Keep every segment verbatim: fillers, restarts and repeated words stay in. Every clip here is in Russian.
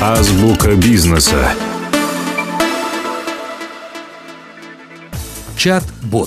Азбука бизнеса. Чат-бот.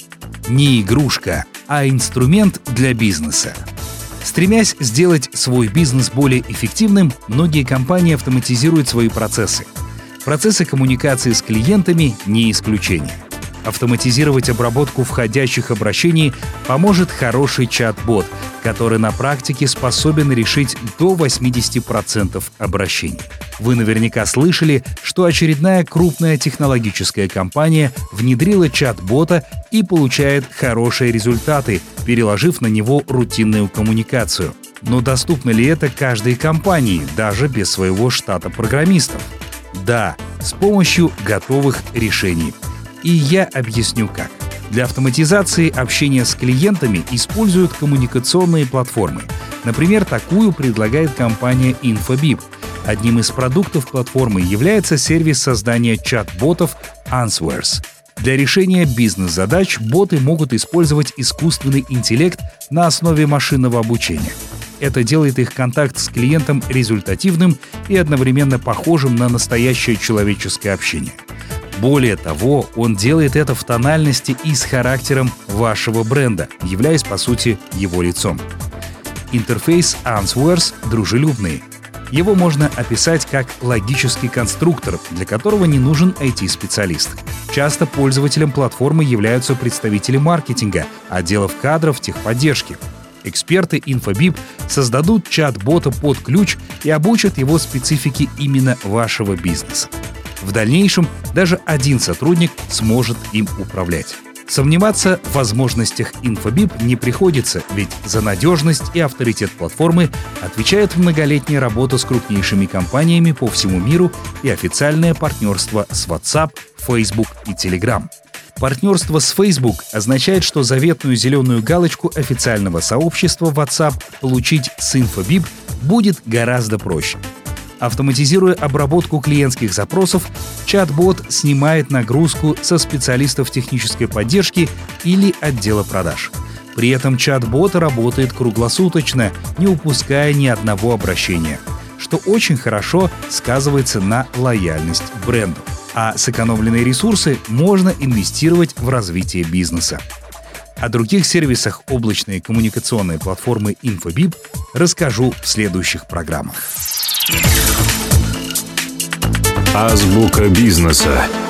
Не игрушка, а инструмент для бизнеса. Стремясь сделать свой бизнес более эффективным, многие компании автоматизируют свои процессы. Процессы коммуникации с клиентами не исключение. Автоматизировать обработку входящих обращений поможет хороший чат-бот, который на практике способен решить до восемьдесят процентов обращений. Вы наверняка слышали, что очередная крупная технологическая компания внедрила чат-бота и получает хорошие результаты, переложив на него рутинную коммуникацию. Но доступно ли это каждой компании, даже без своего штата программистов? Да, с помощью готовых решений. И я объясню как. Для автоматизации общения с клиентами используют коммуникационные платформы. Например, такую предлагает компания InfoBip. Одним из продуктов платформы является сервис создания чат-ботов Answers. Для решения бизнес-задач боты могут использовать искусственный интеллект на основе машинного обучения. Это делает их контакт с клиентом результативным и одновременно похожим на настоящее человеческое общение. Более того, он делает это в тональности и с характером вашего бренда, являясь, по сути, его лицом. Интерфейс Answers дружелюбный. Его можно описать как логический конструктор, для которого не нужен ай ти-специалист. Часто пользователем платформы являются представители маркетинга, отделов кадров, техподдержки. Эксперты InfoBip создадут чат-бота под ключ и обучат его специфике именно вашего бизнеса. В дальнейшем даже один сотрудник сможет им управлять. Сомневаться в возможностях InfoBip не приходится, ведь за надежность и авторитет платформы отвечает многолетняя работа с крупнейшими компаниями по всему миру и официальное партнерство с WhatsApp, Facebook и Telegram. Партнерство с Facebook означает, что заветную зеленую галочку официального сообщества WhatsApp получить с InfoBip будет гораздо проще. Автоматизируя обработку клиентских запросов, чат-бот снимает нагрузку со специалистов технической поддержки или отдела продаж. При этом чат-бот работает круглосуточно, не упуская ни одного обращения, что очень хорошо сказывается на лояльность к бренду. А сэкономленные ресурсы можно инвестировать в развитие бизнеса. О других сервисах облачной коммуникационной платформы InfoBip расскажу в следующих программах. Азбука бизнеса.